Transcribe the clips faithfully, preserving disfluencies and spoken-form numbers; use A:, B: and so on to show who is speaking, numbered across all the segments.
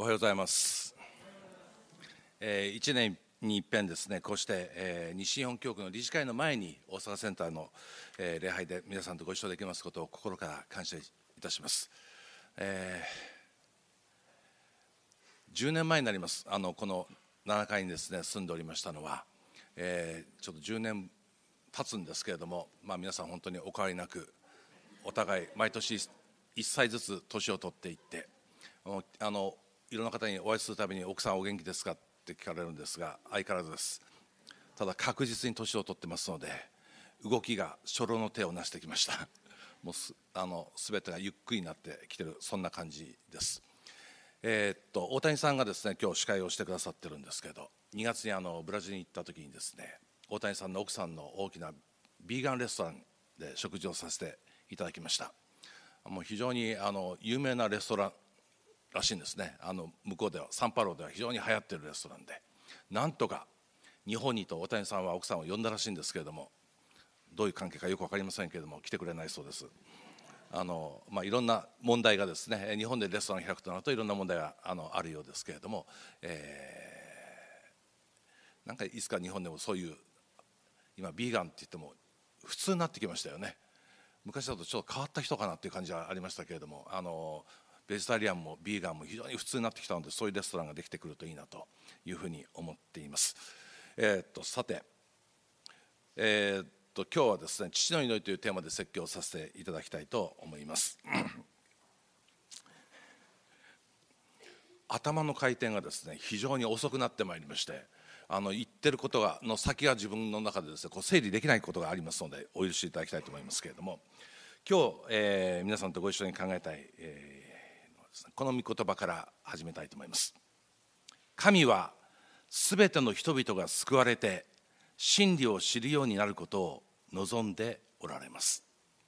A: おはようございます。えー、いちねんに一遍ですね、こうして、えー、西日本教区の理事会の前に大阪センターの、えー、礼拝で皆さんとご一緒できますことを心から感謝いたします。えー、じゅうねんまえになります。あのこのななかいにですね住んでおりましたのは、えー、ちょっとじゅうねん経つんですけれども、まあ、皆さん本当にお変わりなくお互い毎年いっさいずつ年を取っていって、あのいろんな方にお会いするたびに奥さんお元気ですかって聞かれるんですが、相変わらずです。ただ確実に年を取ってますので、動きが初老の手を成してきました。もうすあの全てがゆっくりになってきてる、そんな感じです。えー、っと大谷さんがですね今日司会をしてくださってるんですけど、にがつにあのブラジルに行った時にですね、大谷さんの奥さんの大きなビーガンレストランで食事をさせていただきました。もう非常にあの有名なレストランらしいんですね。あの向こうではサンパウロでは非常に流行っているレストランで、なんとか日本にと大谷さんは奥さんを呼んだらしいんですけれども、どういう関係かよく分かりませんけれども来てくれないそうです。あの、まあ、いろんな問題がですね、日本でレストランを開くとなるといろんな問題が あのあるようですけれども、えー、なんかいつか日本でもそういう今ビーガンって言っても普通になってきましたよね。昔だとちょっと変わった人かなっていう感じはありましたけれども、あのベジタリアンもビーガンも非常に普通になってきたので、そういうレストランができてくるといいなというふうに思っています。えー、っとさて、えー、っと今日はですね父の祈りというテーマで説教させていただきたいと思います。頭の回転がですね非常に遅くなってまいりまして、あの言ってることがの先が自分の中でですねこう整理できないことがありますのでお許しいただきたいと思いますけれども、今日、えー、皆さんとご一緒に考えたい、えーこの御言葉から始めたいと思います。神はすべての人々が救われて真理を知るようになることを望んでおられます。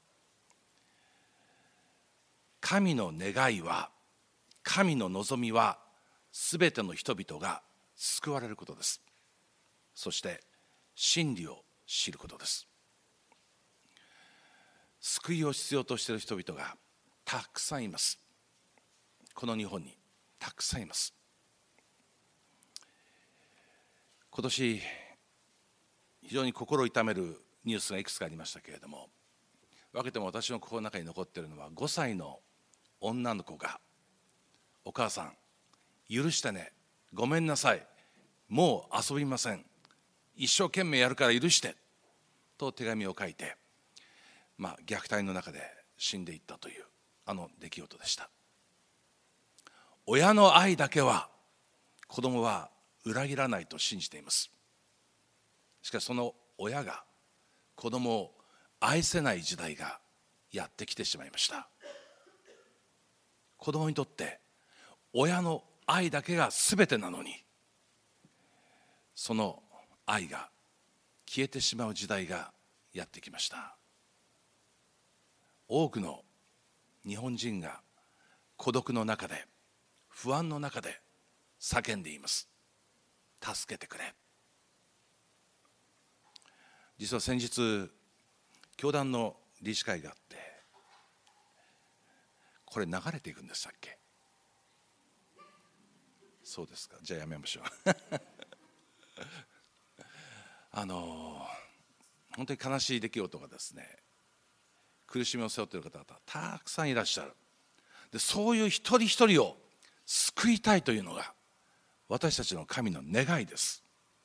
A: 神の願いは、神の望みはすべての人々が救われることです。そして真理を知ることです。救いを必要としている人々がたくさんいます。この日本にたくさんいます。今年非常に心痛めるニュースがいくつかありましたけれども、分けても私の心の中に残っているのはごさいの女の子が、お母さん許してね、ごめんなさい、もう遊びません、一生懸命やるから許してと手紙を書いて、まあ、虐待の中で死んでいったというあの出来事でした。親の愛だけは子供は裏切らないと信じています。しかしその親が子供を愛せない時代がやってきてしまいました。子供にとって親の愛だけが全てなのに、その愛が消えてしまう時代がやってきました。多くの日本人が孤独の中で、不安の中で叫んでいます。助けてくれ。実は先日教団の理事会があって、これ流れていくんでしたっけ？そうですか、じゃあやめましょうあの本当に悲しい出来事がですね、苦しみを背負っている方々たくさんいらっしゃる。でそういう一人一人を救いたいというのが私たちの神の願いです。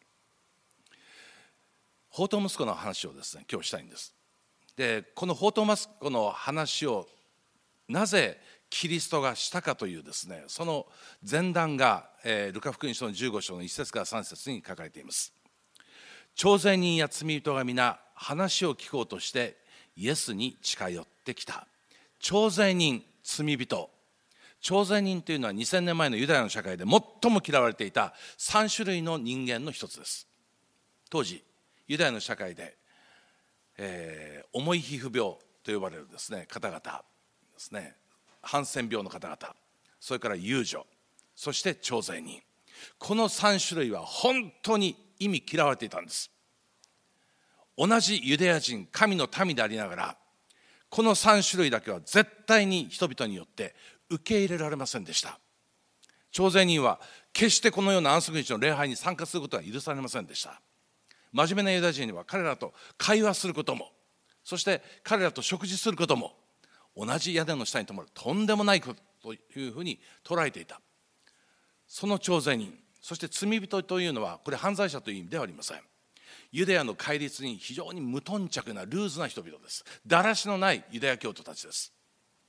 A: 放蕩息子の話をですね今日したいんです。でこの放蕩息子の話をなぜキリストがしたかというですね、その前段が、えー、ルカ福音書のじゅうご章のいち節からさん節に書かれています。徴税人や罪人が皆話を聞こうとしてイエスに近寄ってきた。徴税人、罪人。徴税人というのはにせんねんまえのユダヤの社会で最も嫌われていたさん種類の人間の一つです。当時ユダヤの社会で、えー、重い皮膚病と呼ばれるですね方々ですね、ハンセン病の方々、それから遊女、そして徴税人、このさん種類は本当に意味嫌われていたんです。同じユダヤ人、神の民でありながら、このさん種類だけは絶対に人々によって受け入れられませんでした。 徴税人は決してこのような安息日の礼拝に参加することは許されませんでした。真面目なユダヤ人には彼らと会話することも、そして彼らと食事することも同じ屋根の下に泊まるとんでもないことというふうに捉えていた。その徴税人、そして罪人というのはこれ犯罪者という意味ではありません。ユダヤの戒律に非常に無頓着なルーズな人々です。だらしのないユダヤ教徒たちです。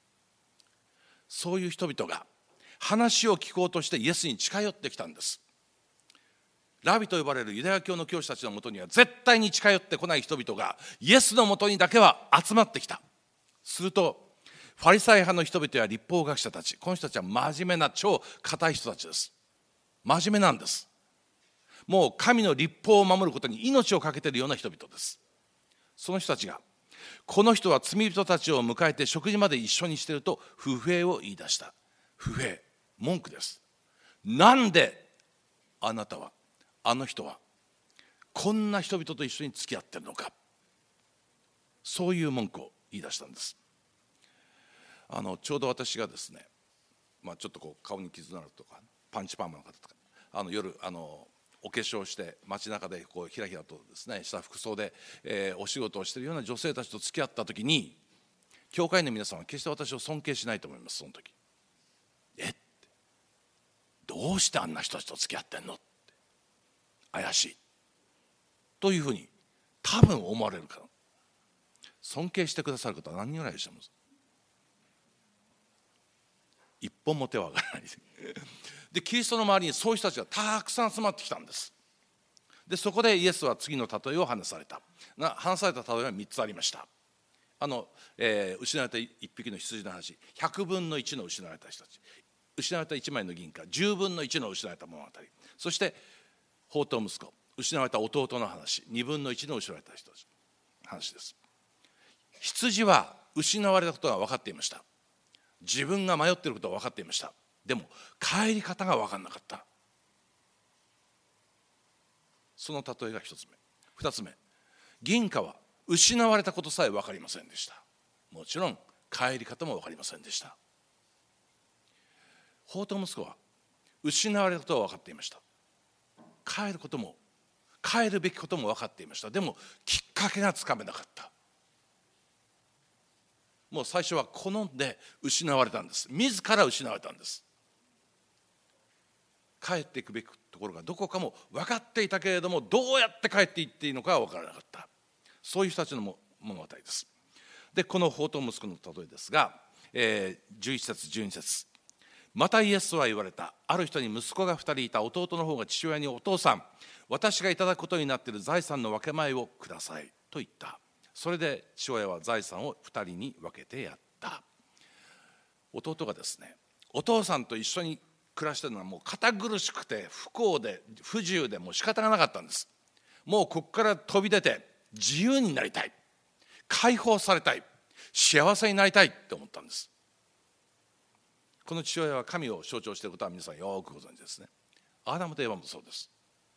A: そういう人々が話を聞こうとしてイエスに近寄ってきたんです。ラビと呼ばれるユダヤ教の教師たちのもとには絶対に近寄ってこない人々がイエスのもとにだけは集まってきた。するとファリサイ派の人々や律法学者たち、この人たちは真面目な超固い人たちです。真面目なんです。もう神の律法を守ることに命を懸けているような人々です。その人たちがこの人は罪人たちを迎えて食事まで一緒にしていると不平を言い出した。不平、文句です。なんであなたは、あの人はこんな人々と一緒に付き合っているのか、そういう文句を言い出したんです。あのちょうど私がですね、まあ、ちょっとこう顔に傷のあるとかパンチパーマの方とか、あの夜あのお化粧して街中でこうひらひらとですねした服装で、えー、お仕事をしているような女性たちと付き合った時に、教会の皆さんは決して私を尊敬しないと思います。その時、えってどうしてあんな人たちと付き合ってんのって、怪しいというふうに多分思われるから、尊敬してくださる方は何人ぐらいいらっしゃいます？一本も手は上がらないで、キリストの周りにそういう人たちがたくさん集まってきたんです。でそこでイエスは次の例えを話された。な話された例えはみっつありました。あの、えー、失われた一匹の羊の話、ひゃくぶんのいちの失われた人たち、失われたいちまいの銀貨、じゅうぶんのいちの失われた物語、そして放蕩息子、失われた弟の話、にぶんのいちの失われた人たちの話です。羊は失われたことが分かっていました。自分が迷っていることが分かっていました。でも帰り方が分からなかった。その例えが一つ目。二つ目、銀貨は失われたことさえ分かりませんでした。もちろん帰り方も分かりませんでした。放蕩息子は失われたことは分かっていました。帰ることも帰るべきことも分かっていました。でもきっかけがつかめなかった。もう最初は好んで失われたんです。自ら失われたんです。帰っていくべきところがどこかも分かっていたけれども、どうやって帰っていっていいのかは分からなかった。そういう人たちの物語です。でこの放蕩息子の例えですが、えー、じゅういち節じゅうに節、またイエスは言われた。ある人に息子がふたりいた。弟の方が父親に、お父さん、私がいただくことになっている財産の分け前をくださいと言った。それで父親は財産をふたりに分けてやった。弟がですね、お父さんと一緒に暮らしているのはもう堅苦しくて不幸で不自由でもう仕方がなかったんです。もうここから飛び出て自由になりたい、解放されたい、幸せになりたいって思ったんです。この父親は神を象徴していることは皆さんよくご存知ですね。アダムとエバもそうです。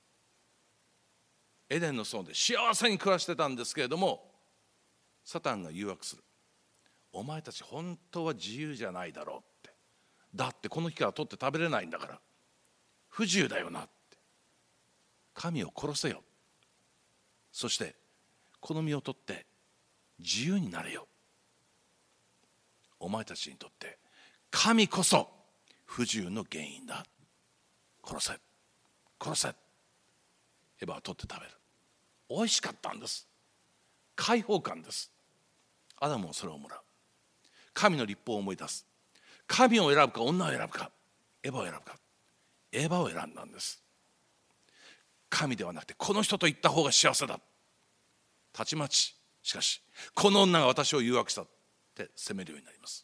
A: エデンの園で幸せに暮らしてたんですけれども、サタンが誘惑する。お前たち本当は自由じゃないだろうって。だってこの木から取って食べれないんだから不自由だよなって。神を殺せよ、そしてこの実を取って自由になれよ。お前たちにとって神こそ不自由の原因だ。殺せ殺せ。エバは取って食べる。おいしかったんです。解放感です。アダムもそれをもらう。神の律法を思い出す。神を選ぶか女を選ぶか、エバを選ぶか。エバを選んだんです。神ではなくてこの人と行った方が幸せだ。たちまちしかしこの女が私を誘惑したって責めるようになります。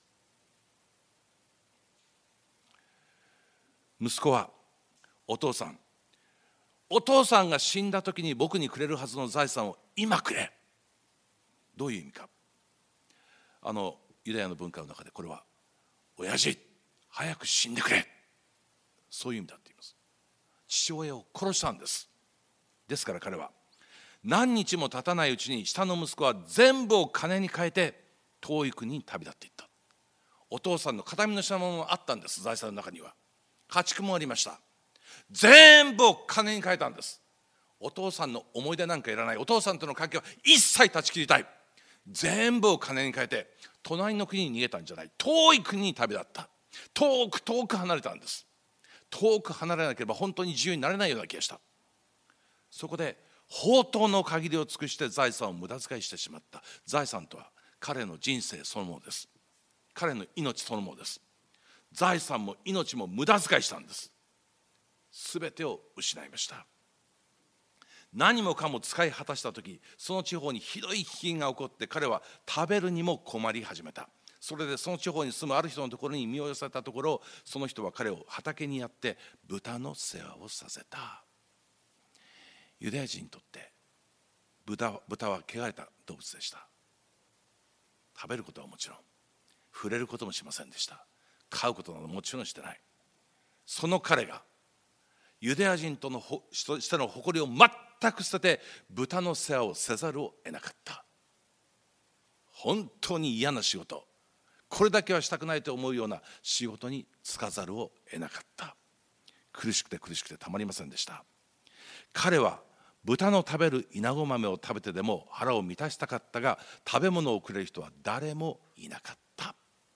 A: 息子は、お父さんお父さんが死んだ時に僕にくれるはずの財産を今くれ。どういう意味か。あのユダヤの文化の中でこれは親父早く死んでくれ、そういう意味だって言います。父親を殺したんです。ですから彼は何日も経たないうちに下の息子は全部を金に変えて遠い国に旅立っていった。お父さんの形見の品物もあったんです、財産の中には。 家畜もありました。全部を金に変えたんです。お父さんの思い出なんかいらない。お父さんとの関係は一切断ち切りたい。全部を金に変えて隣の国に逃げたんじゃない。遠い国に旅立った。遠く遠く離れたんです。遠く離れなければ本当に自由になれないような気がした。そこで宝刀の限りを尽くして財産を無駄遣いしてしまった。財産とは彼の人生そのものです。彼の命そのものです。財産も命も無駄遣いしたんです。すべてを失いました。何もかも使い果たしたとき、その地方にひどい飢饉が起こって、彼は食べるにも困り始めた。それでその地方に住むある人のところに身を寄せたところ、その人は彼を畑にやって豚の世話をさせた。ユダヤ人にとって豚、豚は汚れた動物でした。食べることはもちろん、触れることもしませんでした。飼うことなどもちろんしてない。その彼がユダヤ人とのしての誇りを全く捨てて豚の世話をせざるを得なかった。本当に嫌な仕事、これだけはしたくないと思うような仕事に就かざるを得なかった。苦しくて苦しくてたまりませんでした。彼は豚の食べるイナゴ豆を食べてでも腹を満たしたかったが、食べ物をくれる人は誰もいなかった。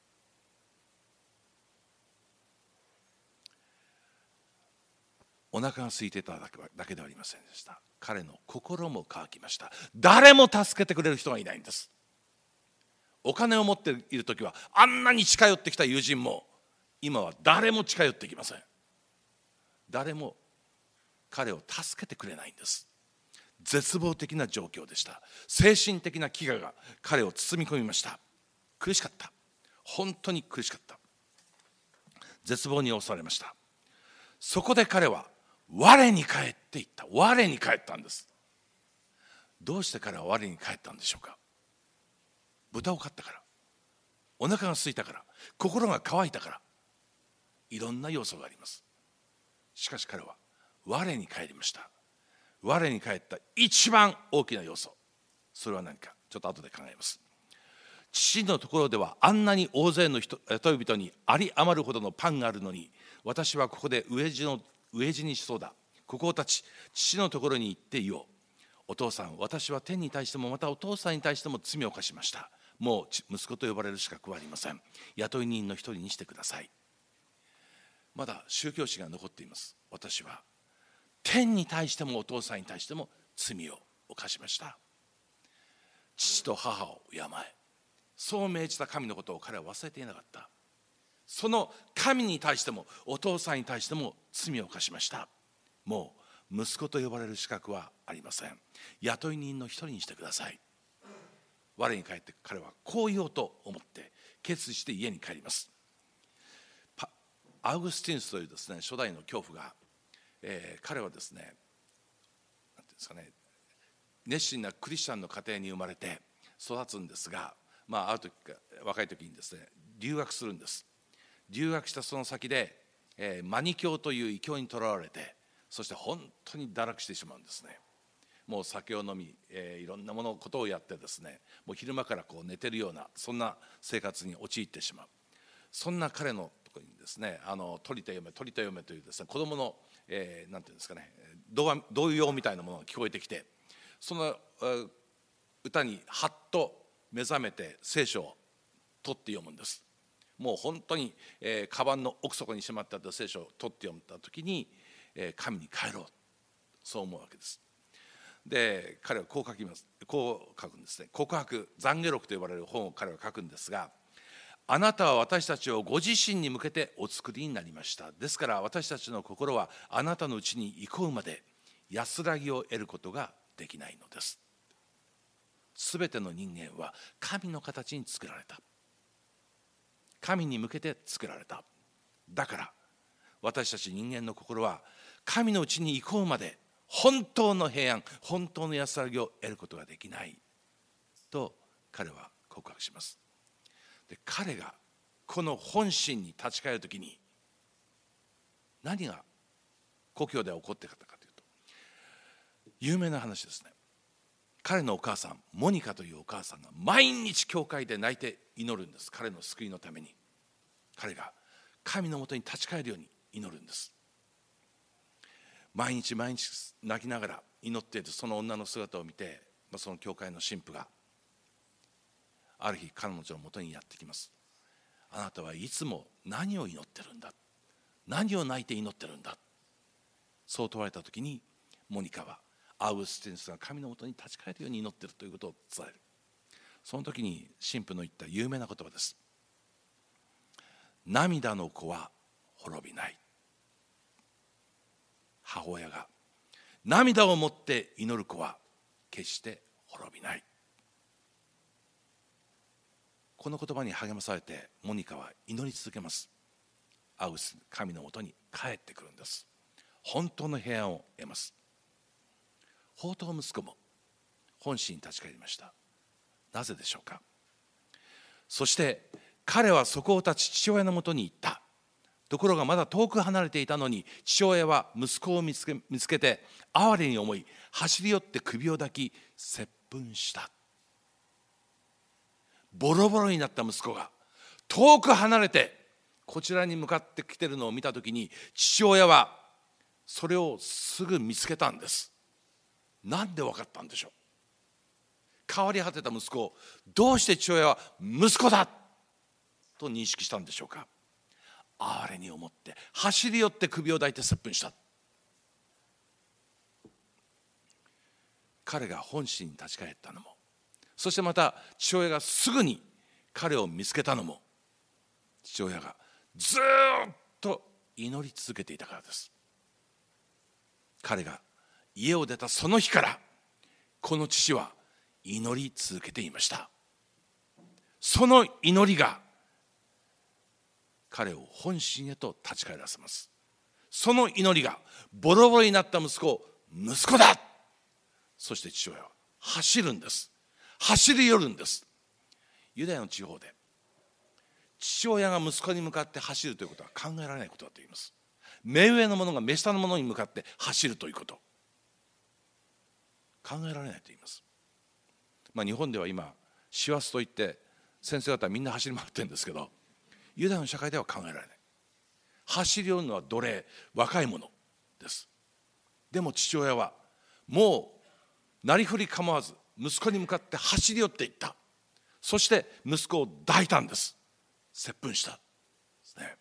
A: お腹が空いていただけではありませんでした。彼の心も乾きました。誰も助けてくれる人がいないんです。お金を持っているときはあんなに近寄ってきた友人も今は誰も近寄ってきません。誰も彼を助けてくれないんです。絶望的な状況でした。精神的な飢餓が彼を包み込みました。苦しかった。本当に苦しかった。絶望に襲われました。そこで彼は我に返っていった。我に返ったんです。どうして彼は我に返ったんでしょうか。豚を飼ったから、お腹が空いたから、心が乾いたから、いろんな要素があります。しかし彼は我に返りました。我に返った一番大きな要素、それは何かちょっと後で考えます。父のところではあんなに大勢の人々にあり余るほどのパンがあるのに、私はここで飢え死の飢え死にしそうだ。ここを立ち父のところに行って言おう。お父さん、私は天に対してもまたお父さんに対しても罪を犯しました。もう息子と呼ばれる資格はありません。雇い人の一人にしてください。まだ宗教史が残っています。私は天に対してもお父さんに対しても罪を犯しました。父と母を敬え、そう命じた神のことを彼は忘れていなかった。その神に対してもお父さんに対しても罪を犯しました。もう息子と呼ばれる資格はありません。雇い人の一人にしてください。我に帰って彼はこう言おうと思って決意して家に帰ります。アウグスティヌスというですね、初代の教父が、えー、彼はですね、なんていうんですかね、熱心なクリスチャンの家庭に生まれて育つんですが、まあ、ある時若い時にですね留学するんです。留学したその先で、えー、マニ教という異教にとらわれて、そして本当に堕落してしまうんですね。もう酒を飲み、えー、いろんなものことをやってですね、もう昼間からこう寝てるようなそんな生活に陥ってしまう。そんな彼のところにですね、あの鳥と嫁鳥と嫁というですね、子供の、えー、なんていうんですかね、童話童謡みたいなものが聞こえてきて、その歌にはっと目覚めて聖書を取って読むんです。もう本当に、えー、カバンの奥底にしまってあった聖書を取って読んだ時に、えー、神に帰ろう、そう思うわけです。で彼はこう書きます。こう書くんですね。告白、懺悔録と呼ばれる本を彼は書くんですが、あなたは私たちをご自身に向けてお作りになりました。ですから私たちの心はあなたのうちに行こうまで安らぎを得ることができないのです。すべての人間は神の形に作られた。神に向けて作られた。だから私たち人間の心は神のうちに行こうまで本当の平安、本当の安らぎを得ることができないと彼は告白します。で彼がこの本心に立ち返るときに何が故郷で起こっていたかというと、有名な話ですね。彼のお母さん、モニカというお母さんが毎日教会で泣いて祈るんです。彼の救いのために。彼が神のもとに立ち返るように祈るんです。毎日毎日泣きながら祈っているその女の姿を見て、その教会の神父がある日彼女のもとにやってきます。あなたはいつも何を祈ってるんだ、何を泣いて祈ってるんだ、そう問われた時に、モニカはアウグスティヌスが神のもとに立ち返るように祈っているということを伝える。その時に神父の言った有名な言葉です。涙の子は滅びない。母親が涙を持って祈る子は決して滅びない。この言葉に励まされてモニカは祈り続けます。アウグス神のもとに帰ってくるんです。本当の平安を得ます。放蕩息子も本心に立ち返りました。なぜでしょうか。そして彼はそこを立ち父親のもとに行った。ところがまだ遠く離れていたのに、父親は息子を見つけ、見つけて哀れに思い、走り寄って首を抱き接吻した。ボロボロになった息子が遠く離れてこちらに向かってきてるのを見たときに、父親はそれをすぐ見つけたんです。なんで分かったんでしょう。変わり果てた息子をどうして父親は息子だと認識したんでしょうか。哀れに思って走り寄って首を抱いて接吻した。彼が本心に立ち返ったのも、そしてまた父親がすぐに彼を見つけたのも、父親がずっと祈り続けていたからです。彼が家を出たその日からこの父は祈り続けていました。その祈りが彼を本心へと立ち返らせます。その祈りがボロボロになった息子を息子だ。そして父親は走るんです。走り寄るんです。ユダヤの地方で父親が息子に向かって走るということは考えられないことだと言います。目上の者が目下の者に向かって走るということ、考えられないと言います。まあ、日本では今師走といって先生方はみんな走り回ってるんですけど、ユダヤの社会では考えられない。走り寄るのは奴隷、若い者です。でも父親はもうなりふり構わず息子に向かって走り寄っていった。そして息子を抱いたんです。接吻したですね。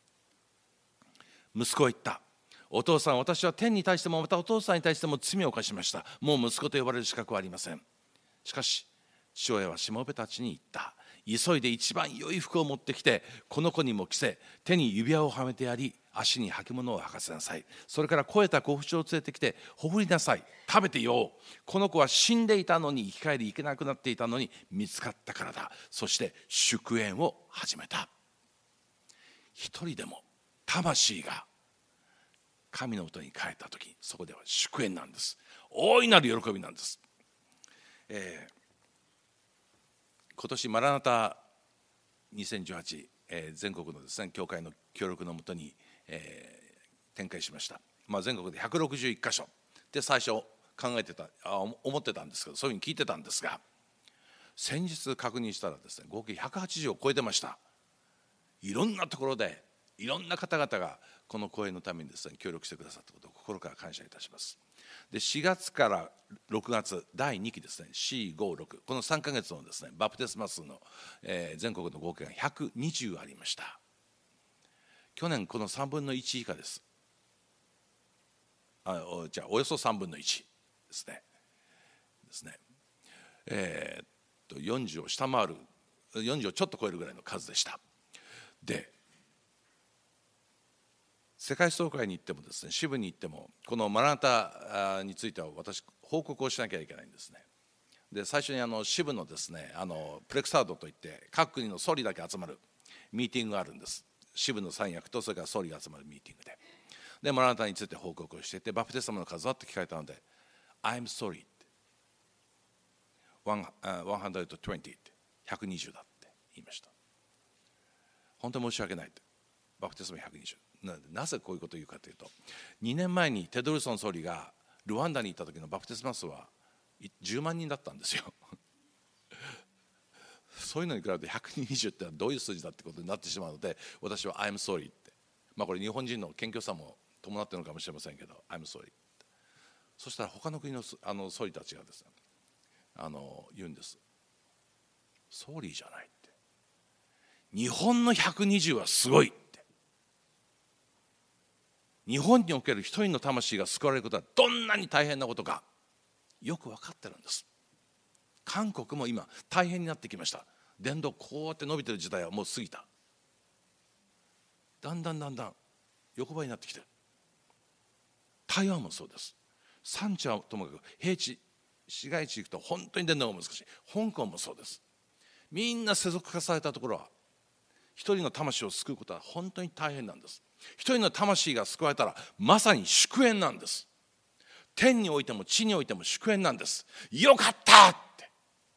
A: 息子は言った。お父さん、私は天に対してもまたお父さんに対しても罪を犯しました。もう息子と呼ばれる資格はありません。しかし父親はしもべたちに言った。急いで一番良い服を持ってきてこの子にも着せ、手に指輪をはめてやり、足に履物を履かせなさい。それから肥えた子牛を連れてきてほふりなさい。食べてよう。この子は死んでいたのに生き返り、行けなくなっていたのに見つかったからだ。そして祝宴を始めた。一人でも魂が神のもとに帰った時、そこでは祝宴なんです。大いなる喜びなんです。えー今年マラナタにせんじゅうはち、えー、全国のですね教会の協力のもとに、えー、展開しました。まあ、全国でひゃくろくじゅういっかしょで最初考えてたあ思ってたんですけど、そういうふうに聞いてたんですが、先日確認したらですね合計ひゃくはちじゅうを超えてました。いろんなところでいろんな方々がこの講演のためにですね協力してくださったことを心から感謝いたします。でしがつからろくがつだいにきですね よん、ご、ろく、このさんかげつのですねバプテスマ数の、えー、全国の合計がひゃくにじゅうありました。去年このさんぶんのいち以下です。あじゃあおよそさんぶんのいちですね。ですね。えー、っとよんじゅうを下回る、よんじゅうをちょっと超えるぐらいの数でした。で世界総会に行ってもですね、支部に行ってもこのマラナタについては私報告をしなきゃいけないんですね。で最初にあの支部のですねあのプレクサードといって各国の総理だけ集まるミーティングがあるんです。支部の三役とそれから総理が集まるミーティングで、でマラナタについて報告をしていて、バプテスマの数はって聞かれたので I'm sorry ってひゃくにじゅうってひゃくにじゅうだって言いました。本当に申し訳ないって。バプテスマひゃくにじゅう な, なぜこういうことを言うかというと、にねんまえにテドルソン総理がルワンダに行った時のバプテスマ数はじゅうまんにんだったんですよ。そういうのに比べてひゃくにじゅうってのはどういう数字だってことになってしまうので、私は I'm sorry ってまあこれ日本人の謙虚さも伴っているのかもしれませんけど、I'm sorry。そしたら他の国のあの総理たちがですね、あの言うんです。ソーリーじゃないって。日本のひゃくにじゅうはすごいって。日本における一人の魂が救われることはどんなに大変なことかよく分かってるんです。韓国も今大変になってきました。伝道こうやって伸びてる時代はもう過ぎた。だんだんだんだん横ばいになってきてる。台湾もそうです。産地はともかく平地市街地行くと本当に伝道が難しい。香港もそうです。みんな世俗化されたところは一人の魂を救うことは本当に大変なんです。一人の魂が救われたらまさに祝宴なんです。天においても地においても祝宴なんです。よかったって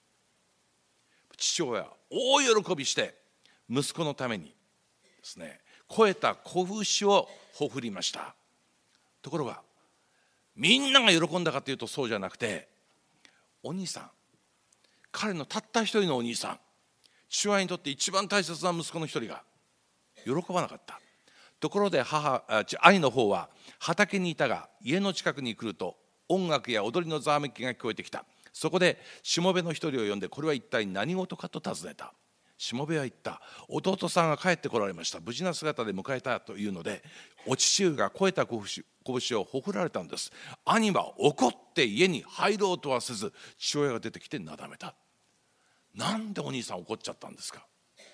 A: 父親は大喜びして息子のためにですね、肥えた子牛をほふりました。ところがみんなが喜んだかというとそうじゃなくて、お兄さん、彼のたった一人のお兄さん、父親にとって一番大切な息子の一人が喜ばなかった。ところで母兄の方は畑にいたが、家の近くに来ると音楽や踊りのざわめきが聞こえてきた。そこでしもべの一人を呼んで、これは一体何事かと尋ねた。しもべは言った。弟さんが帰ってこられました。無事な姿で迎えたというので、お父上が肥えた拳をほふられたんです。兄は怒って家に入ろうとはせず、父親が出てきてなだめた。なんでお兄さん怒っちゃったんですか。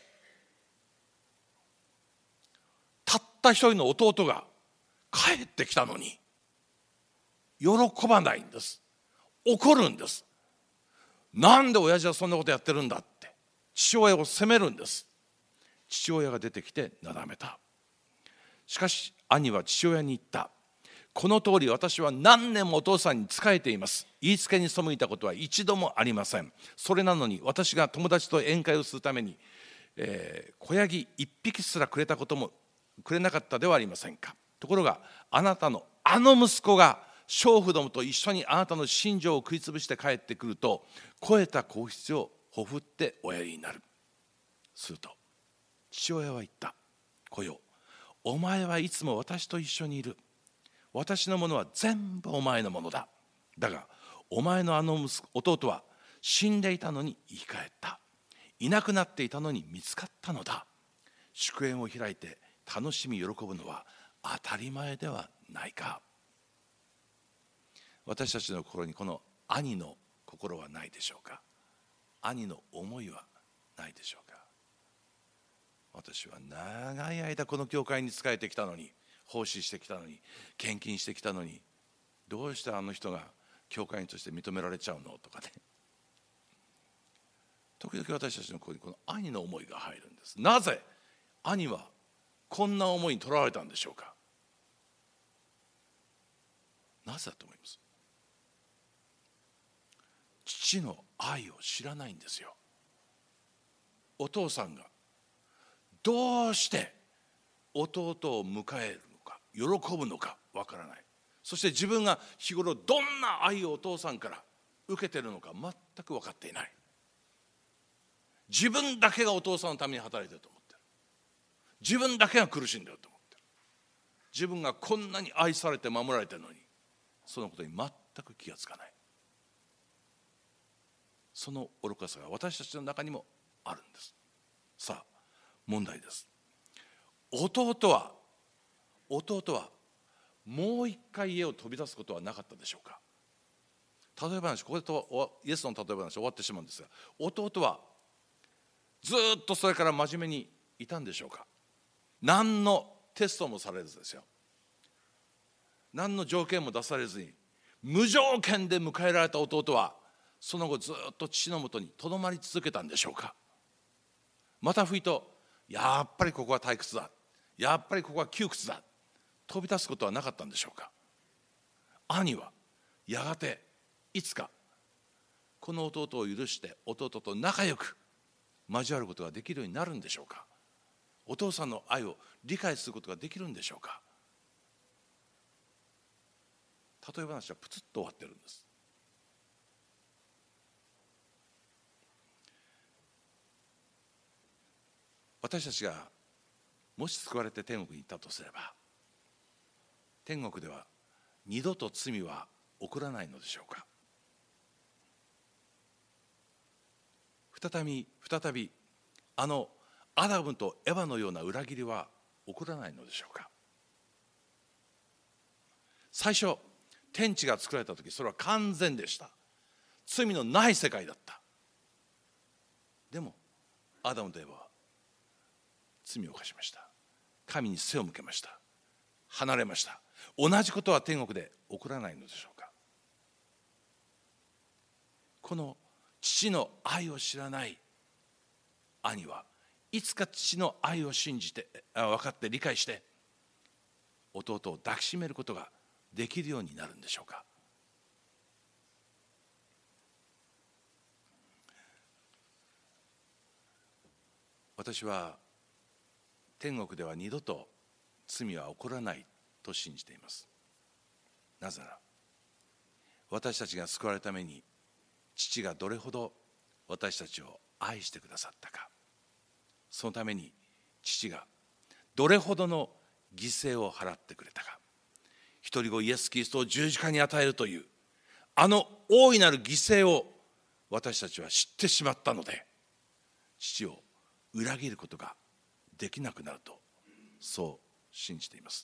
A: たった一人の弟が帰ってきたのに喜ばないんです。怒るんです。なんで親父はそんなことやってるんだって父親を責めるんです。父親が出てきてなだめた。しかし兄は父親に言った。この通り私は何年もお父さんに仕えています。言いつけに背いたことは一度もありません。それなのに私が友達と宴会をするために、えー、子ヤギ一匹すらくれたこともくれなかったではありませんか。ところがあなたのあの息子が娼婦どもと一緒にあなたの心情を食いつぶして帰ってくると、肥えた子羊をほふっておやりになる。すると父親は言った。子よ、お前はいつも私と一緒にいる。私のものは全部お前のものだ。だがお前のあの息子弟は死んでいたのに生き返った。いなくなっていたのに見つかったのだ。祝宴を開いて楽しみ喜ぶのは当たり前ではないか。私たちの心にこの兄の心はないでしょうか。兄の思いはないでしょうか。私は長い間この教会に仕えてきたのに、奉仕してきたのに、献金してきたのに、どうしてあの人が教会員として認められちゃうのとかね。時々私たちの心にこの兄の思いが入るんです。なぜ兄はこんな思いにとらわれたんでしょうか。なぜだと思います。父の愛を知らないんですよ。お父さんがどうして弟を迎えるのか、喜ぶのかわからない。そして自分が日頃どんな愛をお父さんから受けているのか全く分かっていない。自分だけがお父さんのために働いていると思ってる。自分だけが苦しんでいると思ってる。自分がこんなに愛されて守られているのに、そのことに全く気がつかない。その愚かさが私たちの中にもあるんです。さあ問題です。弟は弟はもう一回家を飛び出すことはなかったでしょうか。例え話、ここでとイエスの例え話終わってしまうんですが、弟はずっとそれから真面目にいたんでしょうか。何のテストもされずですよ、何の条件も出されずに無条件で迎えられた弟はその後ずっと父のもとにとどまり続けたんでしょうか。またふいとやっぱりここは退屈だ、やっぱりここは窮屈だ、飛び出すことはなかったんでしょうか。兄はやがていつかこの弟を許して弟と仲良く交わることができるようになるんでしょうか。お父さんの愛を理解することができるんでしょうか。例え話はプツッと終わってるんです。私たちがもし救われて天国に行ったとすれば、天国では二度と罪は起こらないのでしょうか。再び再びあのアダムとエヴァのような裏切りは起こらないのでしょうか。最初天地が作られた時、それは完全でした。罪のない世界だった。でもアダムとエヴァは罪を犯しました。神に背を向けました。離れました。同じことは天国で起こらないのでしょうか。この父の愛を知らない兄はいつか父の愛を信じて分かって理解して弟を抱きしめることができるようになるんでしょうか。私は天国では二度と罪は起こらないと信じています。なぜなら私たちが救われるために父がどれほど私たちを愛してくださったか、そのために父がどれほどの犠牲を払ってくれたか、一人子イエス・キリストを十字架に与えるというあの大いなる犠牲を私たちは知ってしまったので、父を裏切ることができなくなると、そう信じています。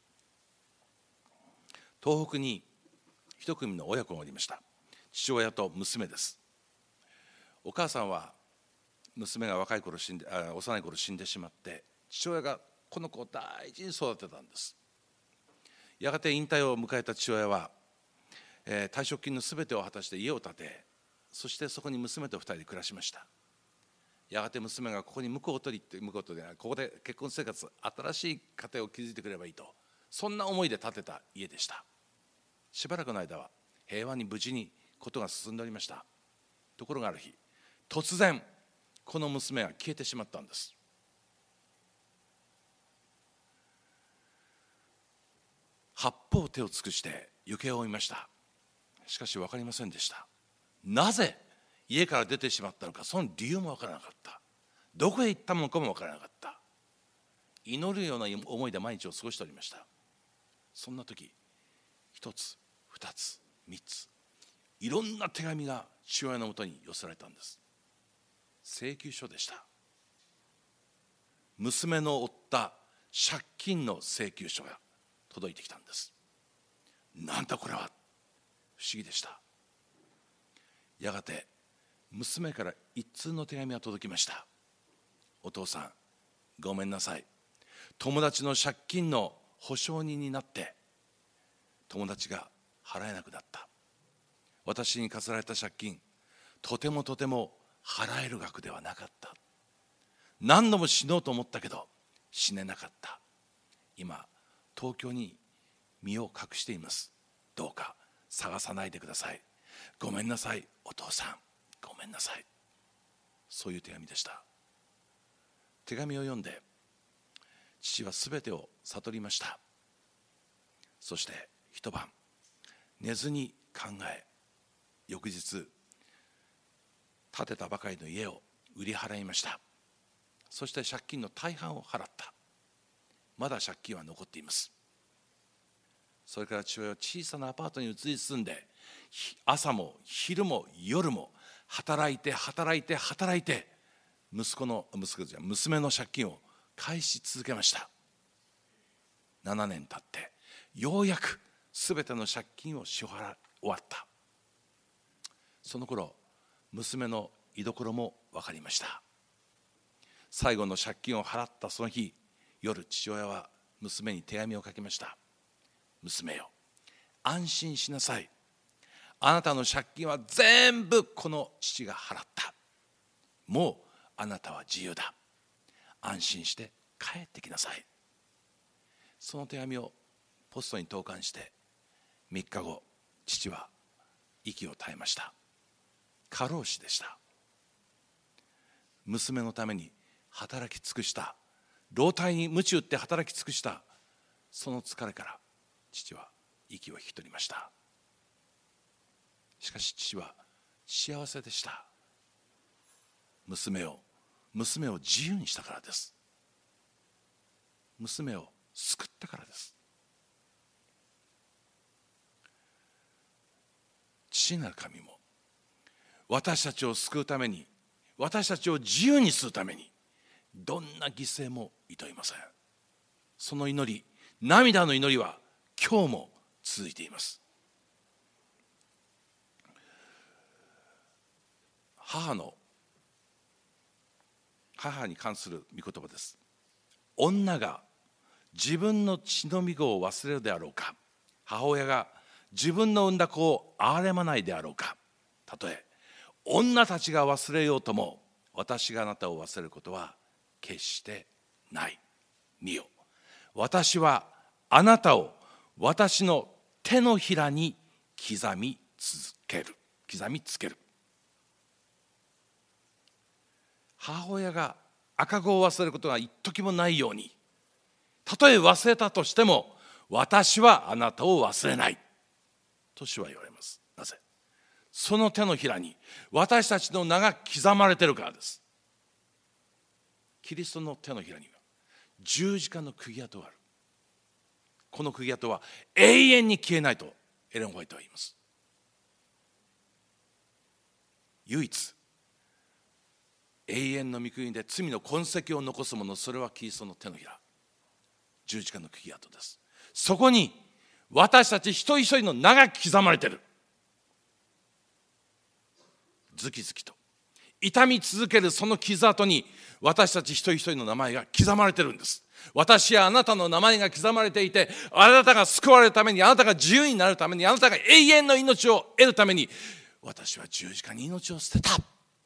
A: 東北に一組の親子がおりました。父親と娘です。お母さんは娘が若い頃死んで、あ幼い頃死んでしまって、父親がこの子を大事に育てたんです。やがて引退を迎えた父親は、えー、退職金のすべてを果たして家を建て、そしてそこに娘と二人で暮らしました。やがて娘がここに婿を取りって婿を取りここで結婚生活、新しい家庭を築いてくればいいと、そんな思いで建てた家でした。しばらくの間は平和に無事にことが進んでおりました。ところがある日、突然この娘が消えてしまったんです。八方手を尽くして行方を追いました。しかし分かりませんでした。なぜ家から出てしまったのか、その理由も分からなかった。どこへ行ったのかも分からなかった。祈るような思いで毎日を過ごしておりました。そんな時、一つ二つ三つ、いろんな手紙が父親のもとに寄せられたんです。請求書でした。娘の負った借金の請求書が届いてきたんです。なんだこれは、不思議でした。やがて娘から一通の手紙が届きました。お父さん、ごめんなさい。友達の借金の保証人になって友達が払えなくなった。私に課せられた借金、とてもとても払える額ではなかった。何度も死のうと思ったけど死ねなかった。今東京に身を隠しています。どうか探さないでください。ごめんなさいお父さん、ごめんなさい。そういう手紙でした。手紙を読んで父はすべてを悟りました。そして一晩寝ずに考え、翌日建てたばかりの家を売り払いました。そして借金の大半を払った。まだ借金は残っています。それから父親は小さなアパートに移り住んで、朝も昼も夜も働いて働いて働いて息子の息子じゃ娘の借金を返し続けました。ななねん経ってようやくすべての借金を支払い終わった。その頃娘の居所も分かりました。最後の借金を払ったその日、夜父親は娘に手紙を書きました。娘よ、安心しなさい。あなたの借金は全部この父が払った。もうあなたは自由だ。安心して帰ってきなさい。その手紙をポストに投函してみっかご、父は息を絶えました。過労死でした。娘のために働き尽くした、老体に鞭打って働き尽くした、その疲れから父は息を引き取りました。しかし父は幸せでした。娘を娘を自由にしたからです。 娘を救ったからです。父なる神も私たちを救うために、私たちを自由にするためにどんな犠牲もいといません。その祈り、涙の祈りは今日も続いています。母の母に関する御言葉です。女が自分の血のみ子を忘れるであろうか、母親が自分の産んだ子を憐れまないであろうか。たとえ女たちが忘れようとも、私があなたを忘れることは決してない。見よ、私はあなたを私の手のひらに刻み続ける刻みつける。母親が赤子を忘れることが一時もないように、たとえ忘れたとしても私はあなたを忘れないと主は言われます。なぜ？その手のひらに私たちの名が刻まれているからです。キリストの手のひらには十字架の釘跡がある。この釘跡は永遠に消えないとエレン・ホワイトは言います。唯一永遠の御国で罪の痕跡を残すもの、それはキリストの手のひら、十字架の釘跡です。そこに私たち一人一人の名が刻まれている。ズキズキと痛み続けるその傷跡に私たち一人一人の名前が刻まれているんです。私やあなたの名前が刻まれていて、あなたが救われるために、あなたが自由になるために、あなたが永遠の命を得るために、私は十字架に命を捨てた。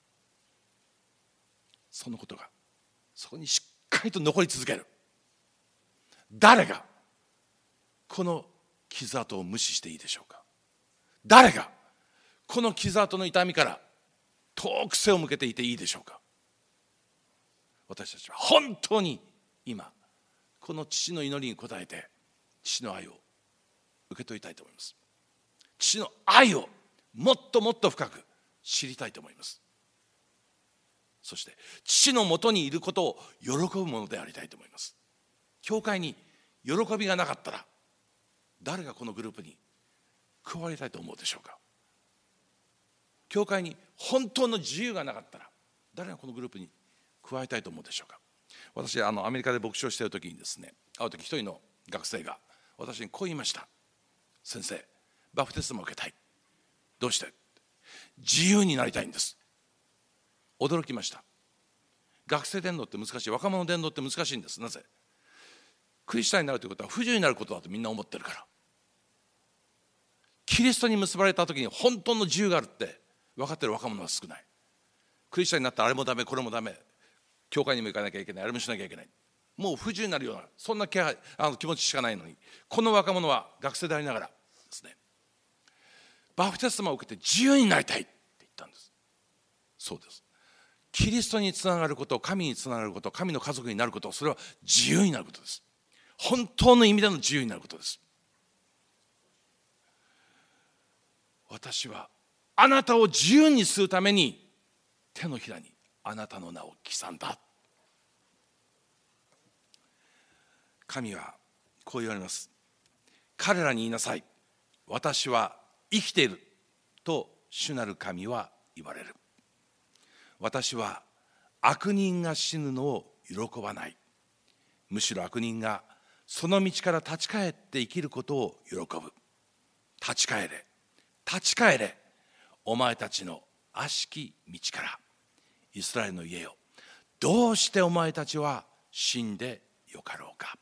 A: そのことがそこにしっかりと残り続ける。誰がこの傷跡を無視していいでしょうか。誰がこの傷跡の痛みから遠く背を向けていていいでしょうか。私たちは本当に今この父の祈りに応えて父の愛を受け取りたいと思います。父の愛をもっともっと深く知りたいと思います。そして父のもとにいることを喜ぶものでありたいと思います。教会に喜びがなかったら誰がこのグループに加わりたいと思うでしょうか。教会に本当の自由がなかったら誰がこのグループに加わりたいと思うでしょうか。私あのアメリカで牧師をしている時にですね、ある時一人の学生が私にこう言いました。先生、バプテスマを受けたい。どうして？自由になりたいんです。驚きました。学生伝道って難しい、若者伝道って難しいんです。なぜ？クリスチャンになるということは不自由になることだとみんな思ってるから。キリストに結ばれた時に本当の自由があるって分かってる若者は少ない。クリスチャンになったらあれもダメこれもダメ、教会にも行かなきゃいけない、あれもしなきゃいけない、もう不自由になるようなそんな気配あの気持ちしかないのに、この若者は学生でありながらですね、バプテスマを受けて自由になりたいって言ったんです。そうです。キリストにつながること、神につながること、神の家族になること、それは自由になることです。本当の意味での自由になることです。私はあなたを自由にするために手のひらにあなたの名を刻んだ。神はこう言われます。彼らに言いなさい。私は生きていると主なる神は言われる。私は悪人が死ぬのを喜ばない。むしろ悪人がその道から立ち返って生きることを喜ぶ。立ち返れ、立ち返れ、お前たちの悪しき道から。イスラエルの家よ、どうしてお前たちは死んでよかろうか。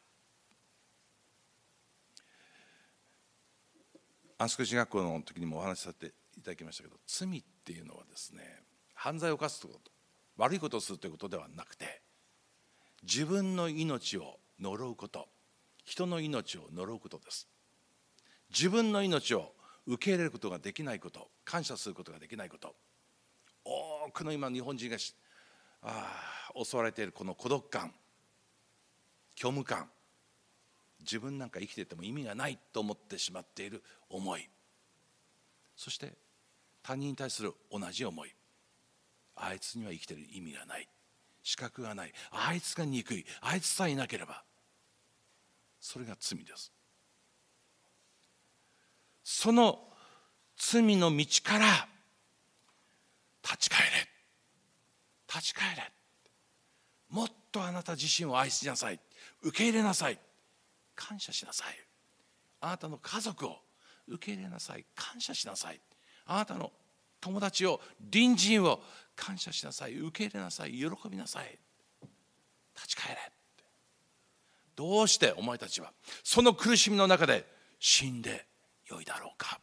A: 安息日学校の時にもお話しさせていただきましたけど、罪っていうのはですね、犯罪を犯すということ、悪いことをするということではなくて、自分の命を呪うこと、人の命を呪うことです。自分の命を受け入れることができないこと、感謝することができないこと、多くの今日本人があ襲われているこの孤独感、虚無感、自分なんか生きていても意味がないと思ってしまっている思い、そして他人に対する同じ思い、あいつには生きている意味がない、資格がない、あいつが憎い、あいつさえいなければそれが罪です。その罪の道から立ち返れ、立ち返れ、もっとあなた自身を愛しなさい、受け入れなさい、感謝しなさい、あなたの家族を受け入れなさい、感謝しなさい、あなたの友達を、隣人を感謝しなさい、受け入れなさい、喜びなさい、立ち返れ。どうしてお前たちはその苦しみの中で死んでよいだろうか。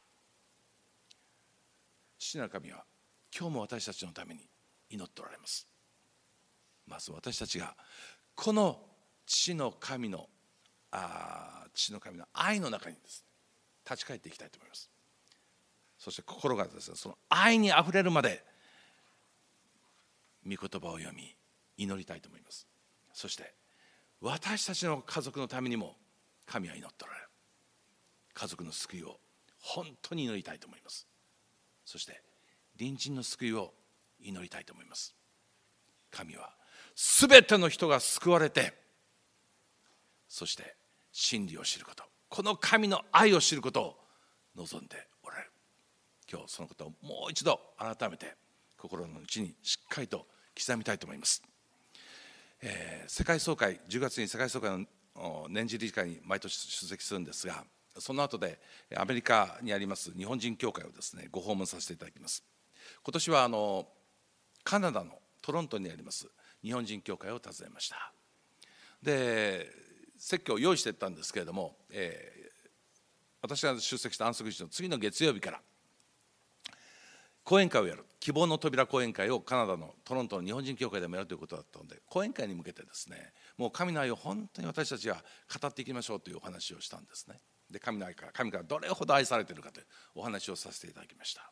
A: 父なる神は今日も私たちのために祈っておられます。まず私たちがこの父の神のあ父の神の愛の中にですね、立ち返っていきたいと思います。そして心がですね、その愛にあふれるまで御言葉を読み祈りたいと思います。そして私たちの家族のためにも神は祈っておられる。家族の救いを本当に祈りたいと思います。そして隣人の救いを祈りたいと思います。神はすべての人が救われて、そして真理を知ること、この神の愛を知ることを望んでおられる。今日そのことをもう一度改めて心の内にしっかりと刻みたいと思います。えー、世界総会、じゅうがつに世界総会の年次理事会に毎年出席するんですが、その後でアメリカにあります日本人教会をですね、ご訪問させていただきます。今年はあのカナダのトロントにあります日本人教会を訪ねました。で、説教を用意していったんですけれども、えー、私が出席した安息日の次の月曜日から講演会をやる、希望の扉講演会をカナダのトロントの日本人教会でもやるということだったので、講演会に向けてですね、もう神の愛を本当に私たちが語っていきましょうというお話をしたんですね。で、神の愛から、神からどれほど愛されているかというお話をさせていただきました。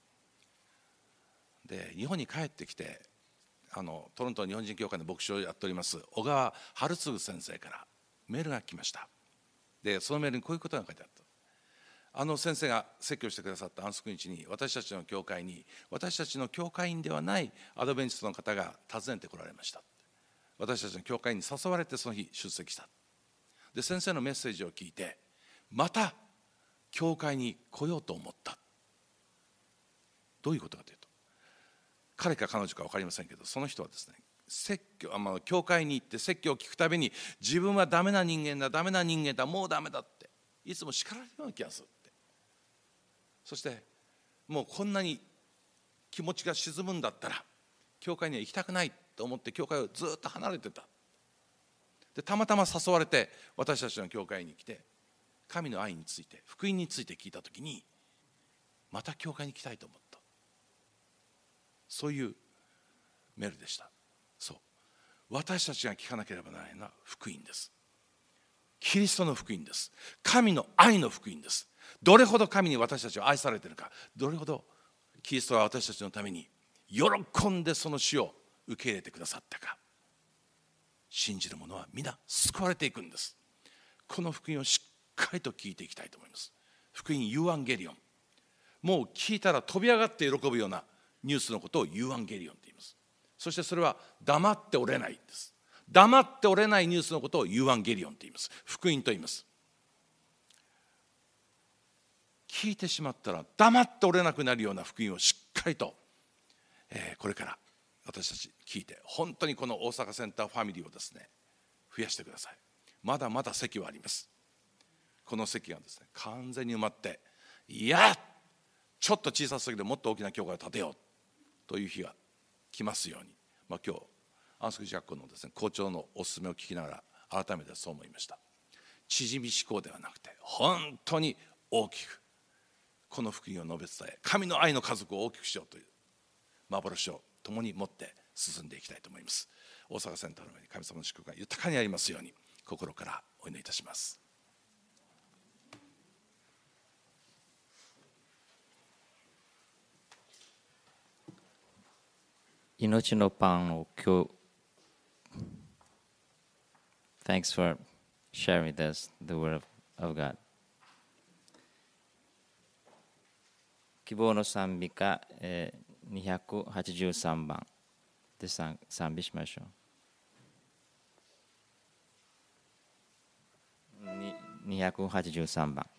A: で、日本に帰ってきて、あのトロントの日本人教会の牧師をやっております小川春次先生からメールが来ました。で、そのメールにこういうことが書いてあった。あの先生が説教してくださった安息日に、私たちの教会に私たちの教会員ではないアドベンチストの方が訪ねてこられました。私たちの教会に誘われてその日出席した。で、先生のメッセージを聞いてまた教会に来ようと思った。どういうことかというと、彼か彼女か分かりませんけど、その人はですね、説教、あ、まあ、教会に行って説教を聞くたびに自分はダメな人間だ、ダメな人間だ、もうダメだっていつも叱られるような気がする。そしてもうこんなに気持ちが沈むんだったら教会には行きたくないと思って教会をずっと離れてた。で、たまたま誘われて私たちの教会に来て、神の愛について、福音について聞いたときに、また教会に来たいと思った。そういうメールでした。そう、私たちが聞かなければならないのは福音です。キリストの福音です。神の愛の福音です。どれほど神に私たちは愛されているか、どれほどキリストは私たちのために喜んでその死を受け入れてくださったか。信じる者は皆救われていくんです。この福音をしっかりと聞いていきたいと思います。福音ユーアンゲリオン、もう聞いたら飛び上がって喜ぶようなニュースのことをユーアンゲリオンと言います。そしてそれは黙っておれないです。黙っておれないニュースのことをユーアンゲリオンと言います。福音と言います。聞いてしまったら黙っておれなくなるような福音をしっかりと、えー、これから私たち聞いて、本当にこの大阪センターファミリーをですね、増やしてください。まだまだ席はあります。この席がですね、完全に埋まって、いやちょっと小さすぎてもっと大きな教会を建てようという日が来ますように、まあ、今日安息学校のですね、校長のお勧めを聞きながら改めてそう思いました。縮み思考ではなくて、本当に大きくこの福音を述べ伝え、神の愛の家族を大きくしようという幻を共に持って進んでいきたいと思います。大阪センターの上に神様の祝福が豊かにありますように心からお祈りいたします。
B: 命のパンを今日 Thanks for sharing this, the word of God. 希望の賛美歌、えー、にひゃくはちじゅうさんばんで賛美しましょう。 にひゃくはちじゅうさんばん。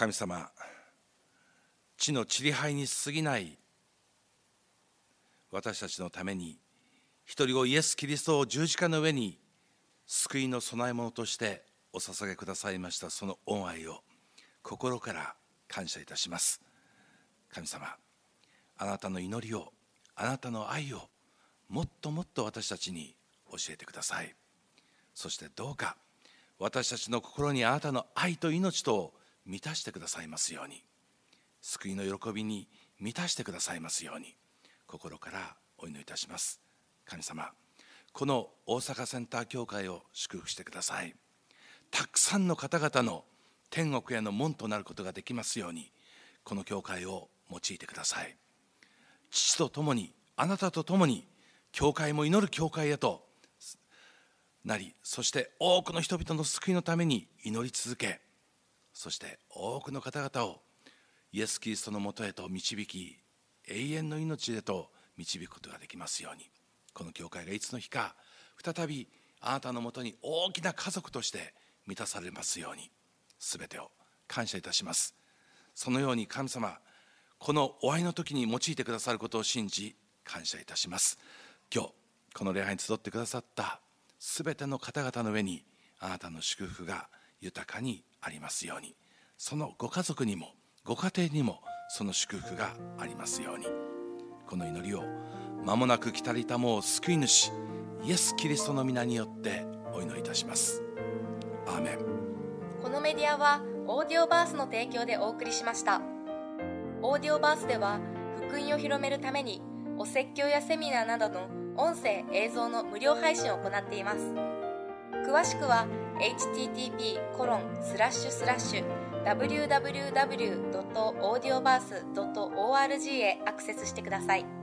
A: 神様、地のちりはいに過ぎない私たちのために一人子イエス・キリストを十字架の上に救いの供え物としてお捧げくださいましたその恩愛を心から感謝いたします。神様、あなたの祈りを、あなたの愛をもっともっと私たちに教えてください。そしてどうか私たちの心にあなたの愛と命とを満たしてくださいますように、救いの喜びに満たしてくださいますように心からお祈りいたします。神様、この大阪センター教会を祝福してください。たくさんの方々の天国への門となることができますように、この教会を用いてください。父と共に、あなたと共に教会も祈る教会へとなり、そして多くの人々の救いのために祈り続け、そして多くの方々をイエス・キリストのもとへと導き、永遠の命へと導くことができますように、この教会がいつの日か再びあなたのもとに大きな家族として満たされますように、すべてを感謝いたします。そのように神様、この終わりの時に用いてくださることを信じ感謝いたします。今日この礼拝に集ってくださったすべての方々の上にあなたの祝福が豊かにありますように、そのご家族にもご家庭にもその祝福がありますように、この祈りを間もなく来たりたもう救い主イエス・キリストの皆によってお祈りいたします。アーメン。
C: このメディアはオーディオバースの提供でお送りしました。オーディオバースでは福音を広めるためにお説教やセミナーなどの音声映像の無料配信を行っています。詳しくは エイチティーティーピーコロンスラッシュスラッシュダブリューダブリューダブリュードットオーディオバースドットオーアールジー へアクセスしてください。